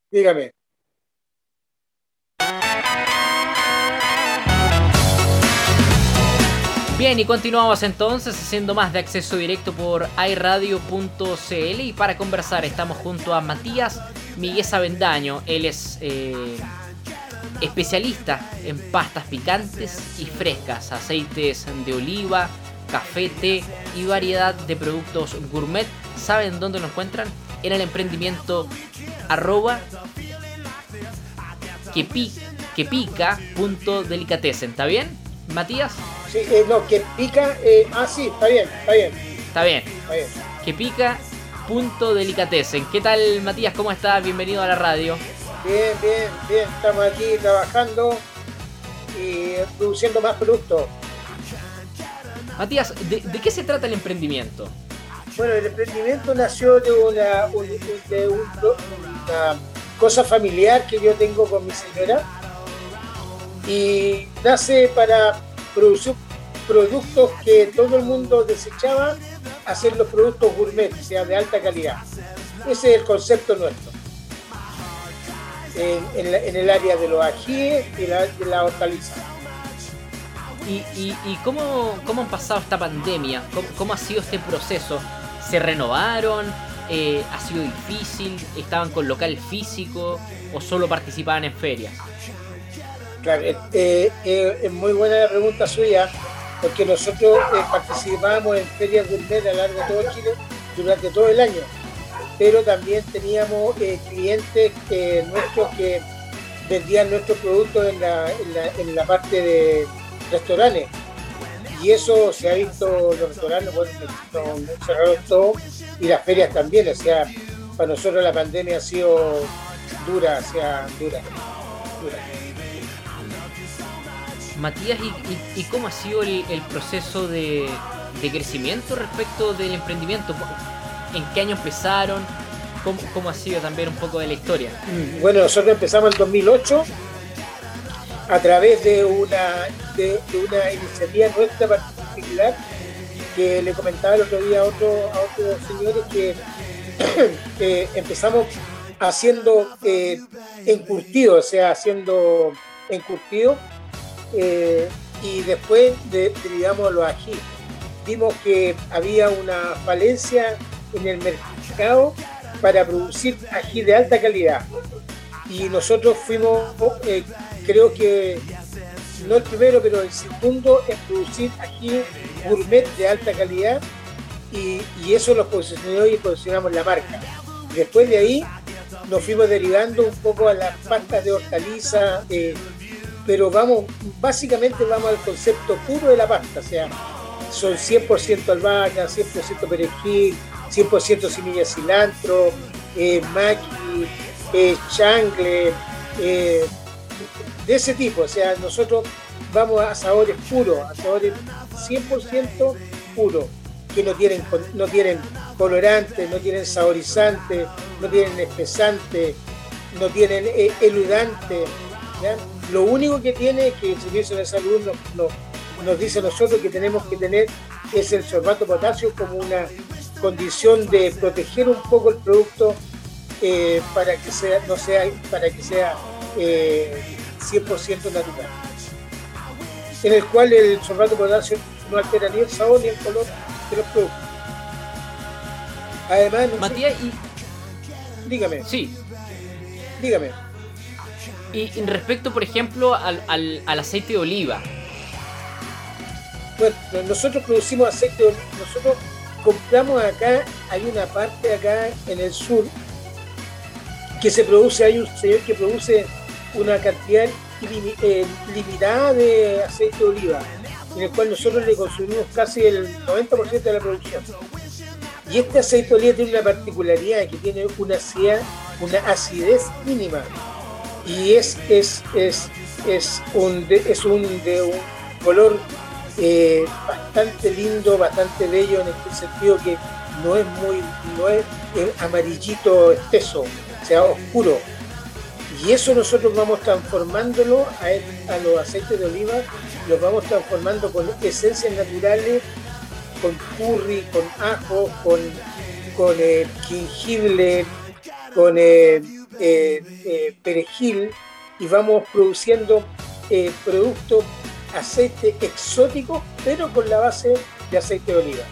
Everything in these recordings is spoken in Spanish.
Dígame. Bien, y continuamos entonces haciendo más de acceso directo por iRadio.cl y para conversar estamos junto a Matías Miguez Avendaño. Él es especialista en pastas picantes y frescas, aceites de oliva, café, té y variedad de productos gourmet. ¿Saben dónde lo encuentran? En el emprendimiento arroba quepica.delicatessen. ¿Está bien, Matías? Sí, no, que pica. Sí, está bien, está bien. Está bien. Está bien. Quepica.delicatessen. ¿Qué tal, Matías? ¿Cómo estás? Bienvenido a la radio. Bien, bien, bien. Estamos aquí trabajando y produciendo más productos. Matías, ¿de qué se trata el emprendimiento? Bueno, el emprendimiento nació de una cosa familiar que yo tengo con mi señora y nace para producir productos que todo el mundo desechaba, hacer los productos gourmet, o sea, de alta calidad. Ese es el concepto nuestro. En el área de los ajíes y de la hortaliza. ¿Y cómo han pasado esta pandemia? ¿Cómo ha sido este proceso? ¿Se renovaron? ¿Ha sido difícil? ¿Estaban con local físico o solo participaban en ferias? Claro, es muy buena la pregunta suya, porque nosotros participábamos en ferias gourmet a lo largo de todo Chile durante todo el año, pero también teníamos clientes nuestros que vendían nuestros productos en la parte de restaurantes, y eso se ha visto. Los restaurantes, bueno, cerraron todo, y las ferias también. O sea, para nosotros la pandemia ha sido dura, dura. Matías, ¿y cómo ha sido el proceso de crecimiento respecto del emprendimiento? ¿En qué año empezaron? ¿Cómo ha sido también un poco de la historia? Bueno, nosotros empezamos en 2008 a través de una iniciativa nuestra particular, que le comentaba el otro día a otros señores que empezamos haciendo encurtido, o sea, haciendo encurtido, y después derivamos los ají. Vimos que había una falencia en el mercado para producir ají de alta calidad, y nosotros fuimos, creo que no el primero, pero el segundo en producir ají gourmet de alta calidad, y eso lo posicionó y posicionamos la marca. Después de ahí nos fuimos derivando un poco a las pastas de hortaliza, pero básicamente vamos al concepto puro de la pasta, o sea, son 100% albahaca, 100% perejil, 100% semilla de cilantro, maqui, changle, de ese tipo. O sea, nosotros vamos a sabores puros, a sabores 100% puros, que no tienen colorantes, no tienen saborizantes, no tienen espesantes, no tienen eludantes, ¿ya? Lo único que tiene, que el Servicio de Salud nos dice a nosotros que tenemos que tener, es el sorbato de potasio como una condición de proteger un poco el producto, para que sea 100% natural, en el cual el sorbato de potasio no altera ni el sabor ni el color de los productos. Además, Matías, dígame. Sí. Dígame. Y respecto, por ejemplo, al aceite de oliva. Bueno, nosotros producimos aceite de oliva. Nosotros compramos acá, hay una parte acá en el sur que se produce, hay un señor que produce una cantidad limitada de aceite de oliva, en el cual nosotros le consumimos casi el 90% de la producción. Y este aceite de oliva tiene una particularidad, que tiene una acidez mínima, y es de un color bastante lindo, bastante bello, en el sentido que no es amarillito espeso, o sea, oscuro. Y eso nosotros vamos transformándolo a los aceites de oliva, los vamos transformando con esencias naturales, con curry, con ajo, con jengibre, con perejil, y vamos produciendo productos, aceite exótico, pero con la base de aceite de oliva.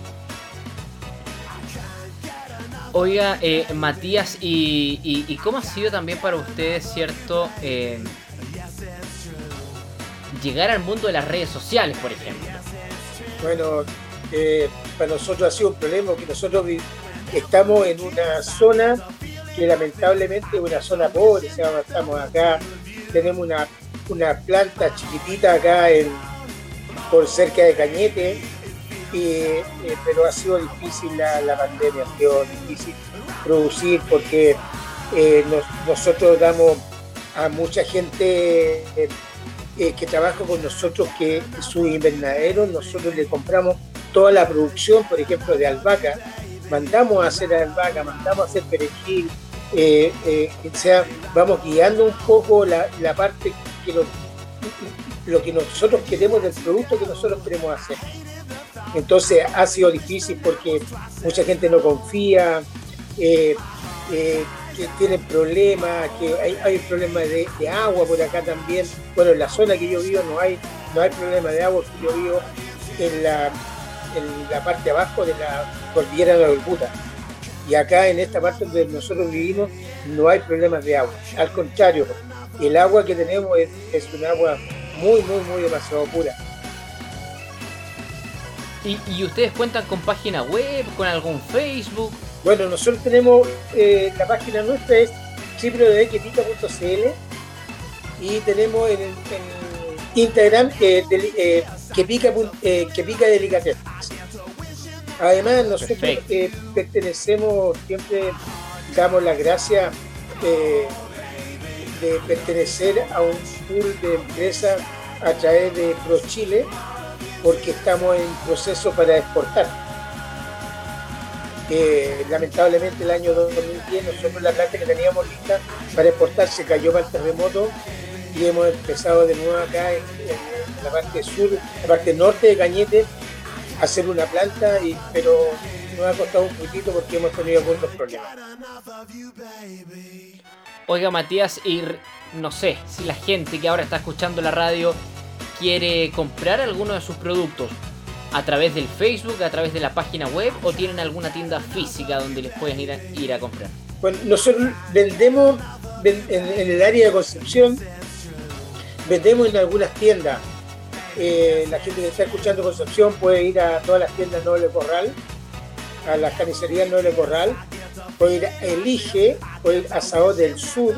Oiga, Matías, ¿y cómo ha sido también para ustedes, cierto, llegar al mundo de las redes sociales, por ejemplo? Bueno, para nosotros ha sido un problema, que nosotros estamos en una zona que lamentablemente es una zona pobre. O sea, estamos acá, tenemos una planta chiquitita acá por cerca de Cañete, pero ha sido difícil la pandemia, ha sido difícil producir, porque nosotros damos a mucha gente que trabaja con nosotros, que sus invernaderos, nosotros le compramos toda la producción, por ejemplo, de albahaca, mandamos a hacer albahaca, mandamos a hacer perejil, o sea, vamos guiando un poco la parte que lo que nosotros queremos del producto que nosotros queremos hacer. Entonces ha sido difícil porque mucha gente no confía, que tienen problemas, que hay problemas de agua por acá también. Bueno, en la zona que yo vivo no hay problema de agua, yo vivo en la parte de abajo de la cordillera de la Golguta. Y acá en esta parte donde nosotros vivimos no hay problemas de agua. Al contrario, el agua que tenemos es un agua muy, muy, muy demasiado pura. ¿Y ustedes cuentan con página web, con algún Facebook? Bueno, nosotros tenemos, la página nuestra es www.quepica.cl, y tenemos en Instagram Quepica Delicatessen. Además, nosotros pertenecemos, siempre damos las gracias de pertenecer a un pool de empresas a través de ProChile, porque estamos en proceso para exportar. Lamentablemente el año 2010 nosotros la planta que teníamos lista para exportar se cayó para el terremoto, y hemos empezado de nuevo acá en la parte sur, la parte norte de Cañete, a hacer una planta, pero nos ha costado un poquito porque hemos tenido algunos problemas. Oiga, Matías, y no sé si la gente que ahora está escuchando la radio quiere comprar alguno de sus productos a través del Facebook, a través de la página web, o tienen alguna tienda física donde les pueden ir a comprar. Bueno, nosotros vendemos en el área de Concepción, vendemos en algunas tiendas. La gente que está escuchando Concepción puede ir a todas las tiendas Noble Corral, a las carnicerías Noble Corral, puede ir a Elige, puede ir a Sabor del Sur,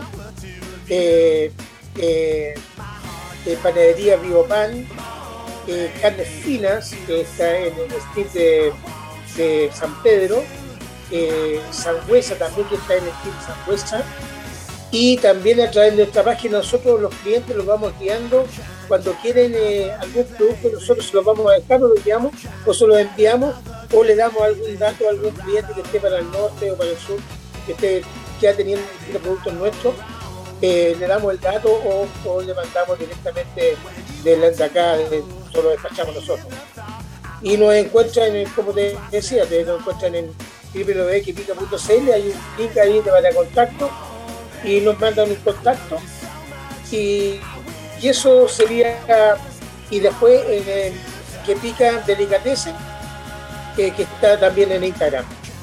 Panadería Vivo Pan, Carnes Finas, que está en el street de San Pedro, Sangüesa también, que está en el street de Sangüesa, y también a través de nuestra página nosotros los clientes los vamos guiando. Cuando quieren algún producto, nosotros se los vamos a dejar, o lo guiamos, o se los enviamos, o le damos algún dato a algún cliente que esté para el norte o para el sur, que esté ya teniendo productos nuestros. Le damos el dato, o le mandamos directamente de acá, solo despachamos nosotros. Y nos encuentran, como te decía, nos encuentran en www.quepica.cl, hay un link ahí para contacto, y nos mandan un contacto, y eso sería. Y después en Quepica Delicatessen, que está también en Instagram.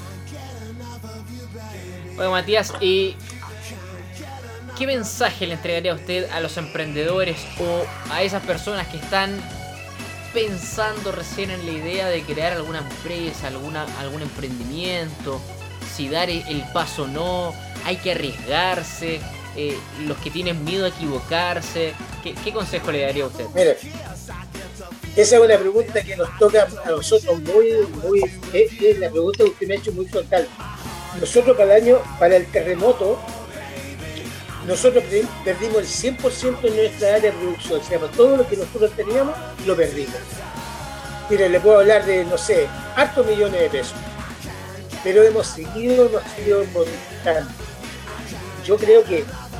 Bueno, Matías, ¿y qué mensaje le entregaría a usted a los emprendedores o a esas personas que están pensando recién en la idea de crear alguna empresa, algún emprendimiento? Si dar el paso o no, hay que arriesgarse, los que tienen miedo a equivocarse, ¿qué consejo le daría a usted? Mire, esa es una pregunta que nos toca a nosotros es la pregunta que usted me ha hecho muy frontal. Nosotros para el terremoto, nosotros perdimos el 100% en nuestra área de producción, o sea, todo lo que nosotros teníamos lo perdimos. Mire, le puedo hablar de, no sé, hartos millones de pesos, pero hemos seguido modificando. Yo creo que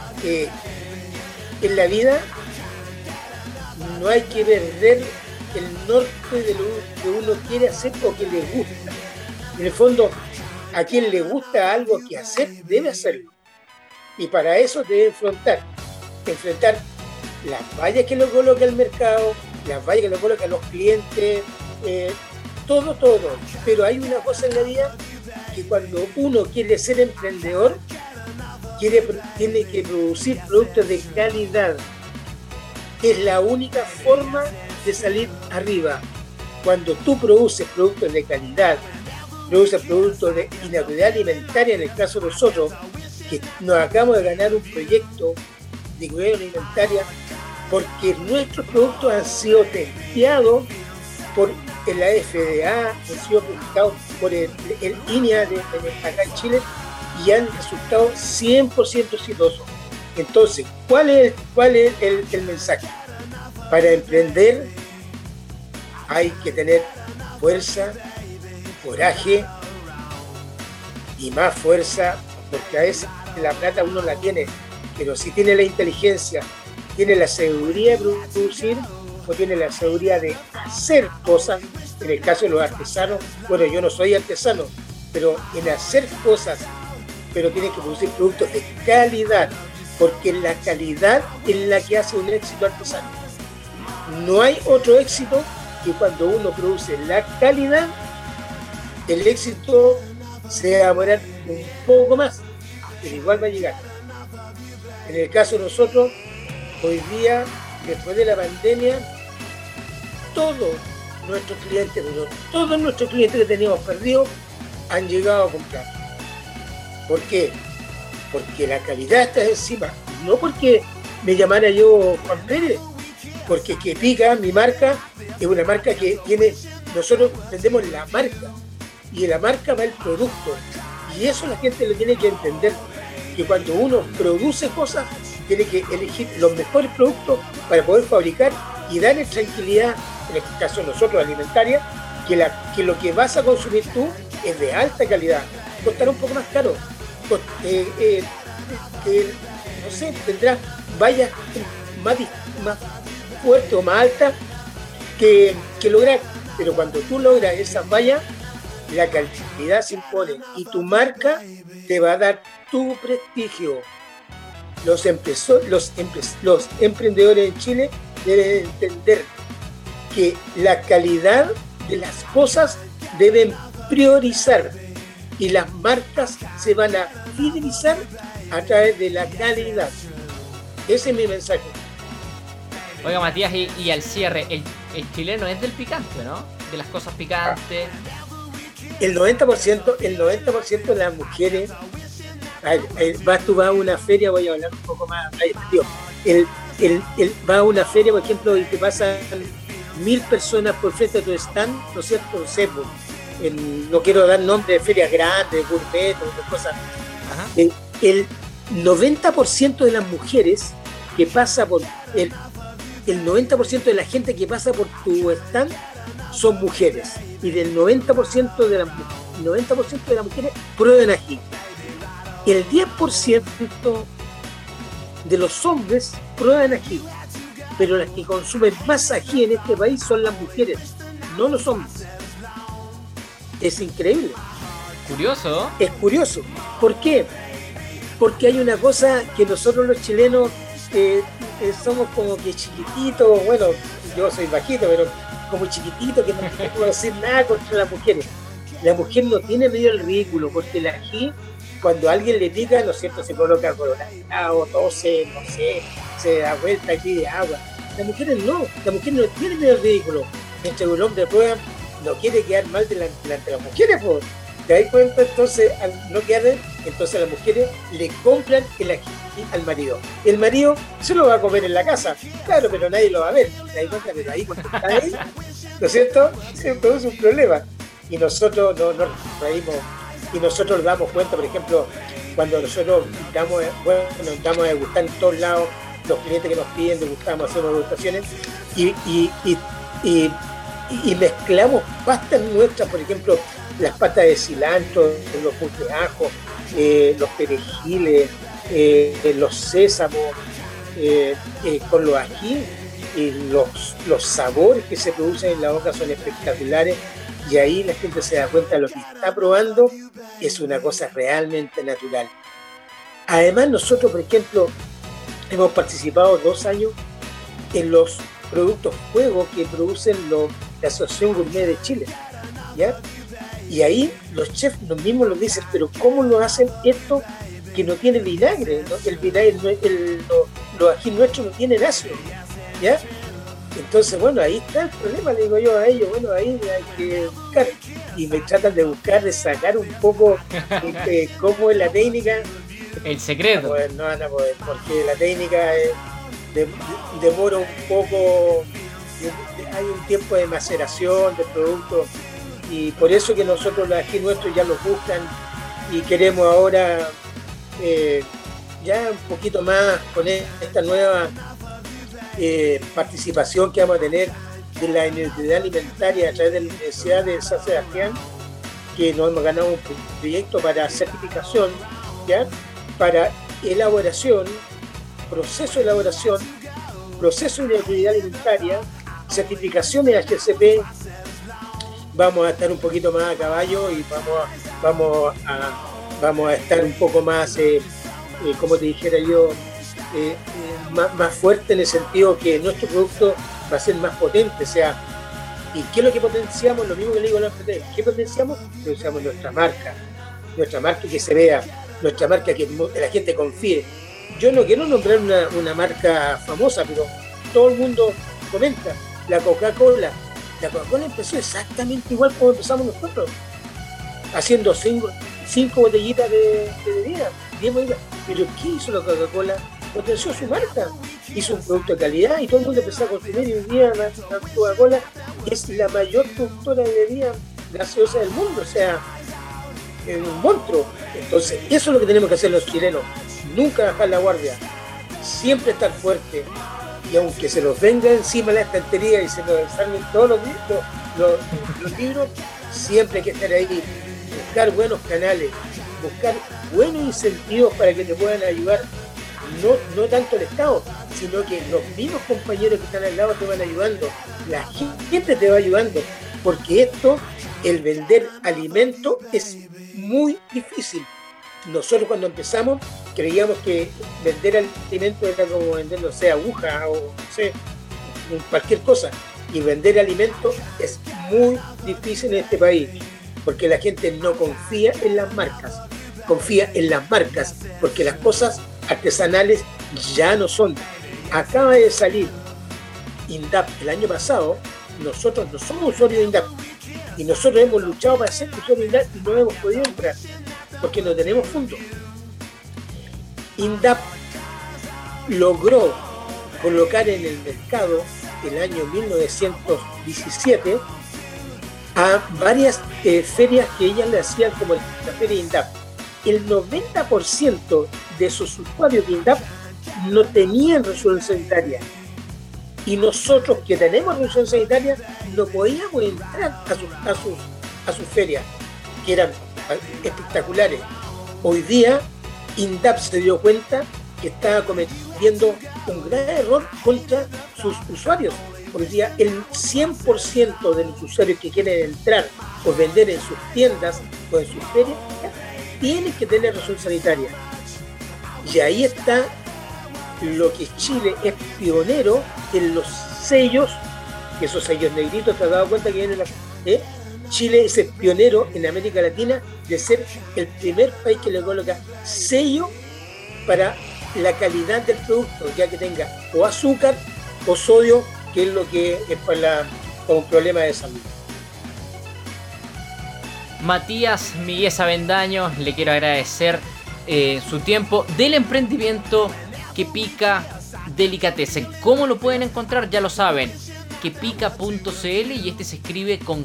en la vida no hay que perder el norte de lo que uno quiere hacer o que le gusta. En el fondo, a quien le gusta algo que hacer, debe hacerlo. Y para eso debe enfrentar las vallas que lo coloca el mercado, las vallas que lo colocan los clientes, todo. Pero hay una cosa en la vida, que cuando uno quiere ser emprendedor, tiene que producir productos de calidad. Es la única forma de salir arriba. Cuando tú produces productos de calidad, produces productos de integridad alimentaria, en el caso de nosotros, que nos acabamos de ganar un proyecto de integridad alimentaria, porque nuestros productos han sido testeados por la FDA, han sido publicados por el INEA acá en Chile, y han resultado 100% exitosos. Entonces, ¿cuál es el mensaje? Para emprender hay que tener fuerza, coraje y más fuerza, porque a veces la plata uno la tiene, pero si tiene la inteligencia, tiene la seguridad de producir, o tiene la seguridad de hacer cosas. En el caso de los artesanos, bueno, yo no soy artesano, pero en hacer cosas, pero tienen que producir productos de calidad, porque la calidad es la que hace un éxito artesano. No hay otro éxito que cuando uno produce la calidad, el éxito se va a demorar un poco más, pero igual va a llegar. En el caso de nosotros, hoy día, después de la pandemia, todos nuestros clientes que teníamos perdidos han llegado a comprar. ¿Por qué? Porque la calidad está encima, no porque me llamara yo Juan Pérez, porque Que Pica, mi marca, es una marca que tiene, nosotros vendemos la marca, y de la marca va el producto, y eso la gente lo tiene que entender, que cuando uno produce cosas, tiene que elegir los mejores productos para poder fabricar y darle tranquilidad, en el caso de nosotros alimentaria, que lo que vas a consumir tú es de alta calidad. Costará un poco más caro, no sé, tendrá vallas más fuertes o más altas que lograr, pero cuando tú logras esas vallas, la calidad se impone y tu marca te va a dar tu prestigio. Los emprendedores en Chile deben entender que la calidad de las cosas deben priorizar, y las marcas se van a fidelizar a través de la calidad. Ese es mi mensaje. Oiga, Matías, y al cierre, el chileno es del picante, ¿no? De las cosas picantes. El 90% de las mujeres, tú vas a una feria, voy a hablar un poco más, va a una feria, por ejemplo, y te pasan 1000 personas por frente a tu stand, ¿no es cierto? No quiero dar nombre de ferias grandes, gourmet, o cosas. Ajá. El 90% de las mujeres que pasa por el 90% de la gente que pasa por tu stand son mujeres, y del 90% de las mujeres prueban ají. El 10% de los hombres prueban ají, pero las que consumen más ají en este país son las mujeres, no los hombres. Es increíble. Curioso. Es curioso. ¿Por qué? Porque hay una cosa que nosotros los chilenos somos como que chiquititos, bueno, yo soy bajito, pero como chiquitito, que no puedo decir nada contra las mujeres. La mujer no tiene medio el ridículo, porque el ají, cuando alguien le pica, ¿no es cierto?, se coloca colorado, tose, no sé, se da vuelta aquí de agua. Las mujeres no tiene medio el ridículo. Mientras un hombre prueba, no quiere quedar mal delante de las mujeres, pues. ¿Te das cuenta? Entonces, al no quedar, entonces las mujeres le compran el ají al marido. El marido se lo va a comer en la casa, claro, pero nadie lo va a ver. ¿Te das cuenta? Pero ahí cuando está él, ¿no es cierto?, se produce un problema. Y nosotros no nos reímos, y nosotros nos damos cuenta, por ejemplo, cuando nosotros nos damos a degustar en todos lados, los clientes que nos piden degustamos, hacemos degustaciones, y mezclamos pastas nuestras, por ejemplo, las patas de cilantro, los jugos de ajo, los perejiles, los sésamos, con los ají, y los sabores que se producen en la boca son espectaculares, y ahí la gente se da cuenta de lo que está probando es una cosa realmente natural. Además, nosotros, por ejemplo, hemos participado 2 años en los productos juegos que producen la Asociación Gourmet de Chile, ¿ya? Y ahí los chefs los mismos nos dicen, pero ¿cómo lo hacen esto que no tiene vinagre? ¿No? El vinagre, los ají nuestros no tienen ácido, ¿ya? Entonces, bueno, ahí está el problema, le digo yo a ellos, bueno, ahí hay que buscar. Y me tratan de buscar, de sacar un poco cómo es la técnica. El secreto. No van a poder, porque la técnica demora un poco, hay un tiempo de maceración del producto, y por eso que nosotros los ají nuestros ya los buscan y queremos ahora ya un poquito más con esta nueva participación que vamos a tener de la integridad alimentaria a través de la Universidad de San Sebastián, que nos hemos ganado un proyecto para certificación, ¿ya? Para elaboración, proceso de elaboración, proceso de integridad alimentaria, certificación de HACCP. Vamos a estar un poquito más a caballo y vamos a estar un poco más, como te dijera yo, más fuerte, en el sentido que nuestro producto va a ser más potente. O sea, ¿y qué es lo que potenciamos? Lo mismo que le digo a la FT. ¿Qué potenciamos? Potenciamos nuestra marca que se vea, nuestra marca que la gente confíe. Yo no quiero nombrar una marca famosa, pero todo el mundo comenta. La Coca-Cola empezó exactamente igual como empezamos nosotros, haciendo 5 botellitas de bebida, 10 botellitas. Pero ¿qué hizo la Coca-Cola? Potenció su marca, hizo un producto de calidad y todo el mundo empezó a consumir, y hoy día la Coca-Cola es la mayor productora de bebida gaseosa del mundo, o sea, es un monstruo. Entonces, eso es lo que tenemos que hacer los chilenos, nunca bajar la guardia, siempre estar fuerte, y aunque se los venga encima la estantería y se nos desarmen todos los libros, siempre hay que estar ahí, buscar buenos canales, buscar buenos incentivos para que te puedan ayudar. No tanto el Estado, sino que los mismos compañeros que están al lado te van ayudando, la gente te va ayudando, porque el vender alimento es muy difícil. Nosotros cuando empezamos creíamos que vender alimento era como vender, no sé, aguja o no sé, cualquier cosa, y vender alimento es muy difícil en este país, porque la gente no confía en las marcas, porque las cosas artesanales ya no son. Acaba de salir INDAP el año pasado. Nosotros no somos usuarios de INDAP y nosotros hemos luchado para ser usuarios de INDAP y no hemos podido entrar porque no tenemos fondos. INDAP logró colocar en el mercado el año 1917 a varias ferias que ellas le hacían, como la feria INDAP. El 90% de sus usuarios de INDAP no tenían resolución sanitaria. Y nosotros que tenemos resolución sanitaria no podíamos entrar a sus ferias, que eran espectaculares. Hoy día INDAP se dio cuenta que estaba cometiendo un gran error contra sus usuarios. Hoy día el 100% de los usuarios que quieren entrar o vender en sus tiendas o en sus ferias tienen que tener resolución sanitaria. Y ahí está lo que Chile es pionero en los sellos, que esos sellos negritos, ¿te has dado cuenta que vienen Chile es el pionero en América Latina de ser el primer país que le coloca sello para la calidad del producto, ya que tenga o azúcar o sodio, que es lo que es para un problema de salud. Matías Miguel Avendaño, le quiero agradecer su tiempo del emprendimiento Quepica Delicatessen. ¿Cómo lo pueden encontrar? Ya lo saben, quepica.cl, y este se escribe con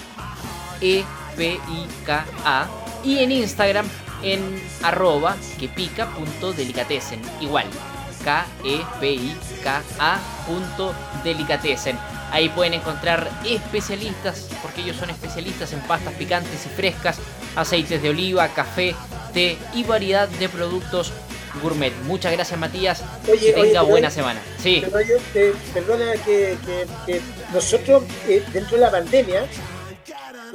KEPIKA, y en Instagram en @quepica.delicatessen, igual KEPIKA.delicatessen. Ahí pueden encontrar especialistas, porque ellos son especialistas en pastas picantes y frescas, aceites de oliva, café, té y variedad de productos gourmet. Muchas gracias, Matías. Que tenga buena semana. Sí. Perdona que nosotros dentro de la pandemia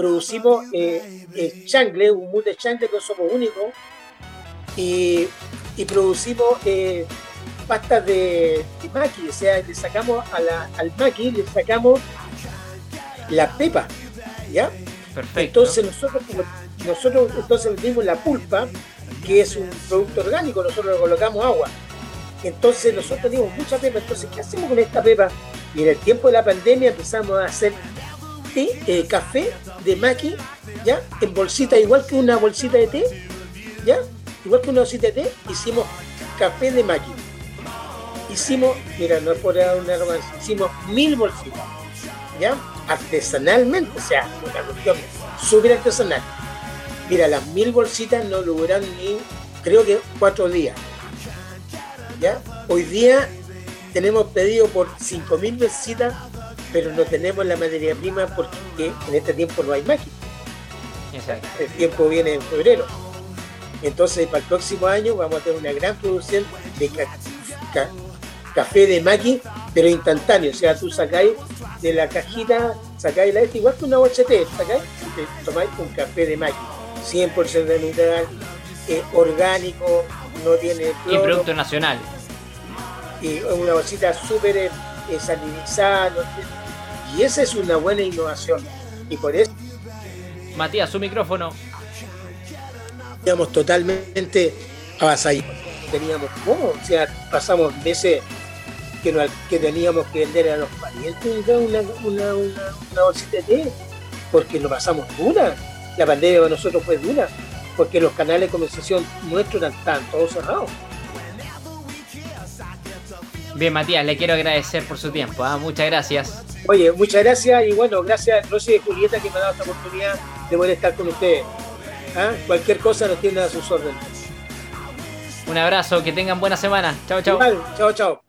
producimos changle, un mousse de changle que somos únicos, y y producimos pastas de maqui, o sea, le sacamos al maqui, le sacamos la pepa, ¿ya? Perfecto. Entonces nosotros entonces vendimos la pulpa, que es un producto orgánico, nosotros le colocamos agua. Entonces nosotros teníamos mucha pepa, entonces ¿qué hacemos con esta pepa? Y en el tiempo de la pandemia empezamos a hacer café de maqui, ¿ya? En bolsita, igual que una bolsita de té, ¿ya? Igual que una bolsita de té, hicimos café de maqui. Hicimos, mira, no es por dar una arrogancia, hicimos 1000 bolsitas, ¿ya? Artesanalmente, o sea, una cuestión súper artesanal. Mira, las 1000 bolsitas no duraron ni, creo que 4 días, ¿ya? Hoy día tenemos pedido por 5000 bolsitas, pero no tenemos la materia prima porque en este tiempo no hay máquina. Exacto. El tiempo viene en febrero. Entonces, para el próximo año vamos a tener una gran producción de café de maqui, pero instantáneo. O sea, tú sacáis de la cajita, sacáis la igual que una bolsa de té, sacáis y te tomáis un café de maqui. 100% natural, orgánico, no tiene cloro. Y producto nacional. Y una bolsita súper salinizada. Y esa es una buena innovación. Y por eso Matías, su micrófono. teníamos totalmente avasallados. Teníamos cómo, o sea, pasamos meses que teníamos que vender a los parientes una bolsita de té, porque lo pasamos dura. La pandemia para nosotros fue dura, porque los canales de comercialización nuestros estaban todos cerrados. Bien, Matías, le quiero agradecer por su tiempo. Muchas gracias. Oye, muchas gracias y bueno, gracias a Rosy y Julieta que me ha dado esta oportunidad de poder estar con ustedes. Cualquier cosa nos tiene a sus órdenes. Un abrazo, que tengan buena semana. Chao, chao. Igual, chao, chao.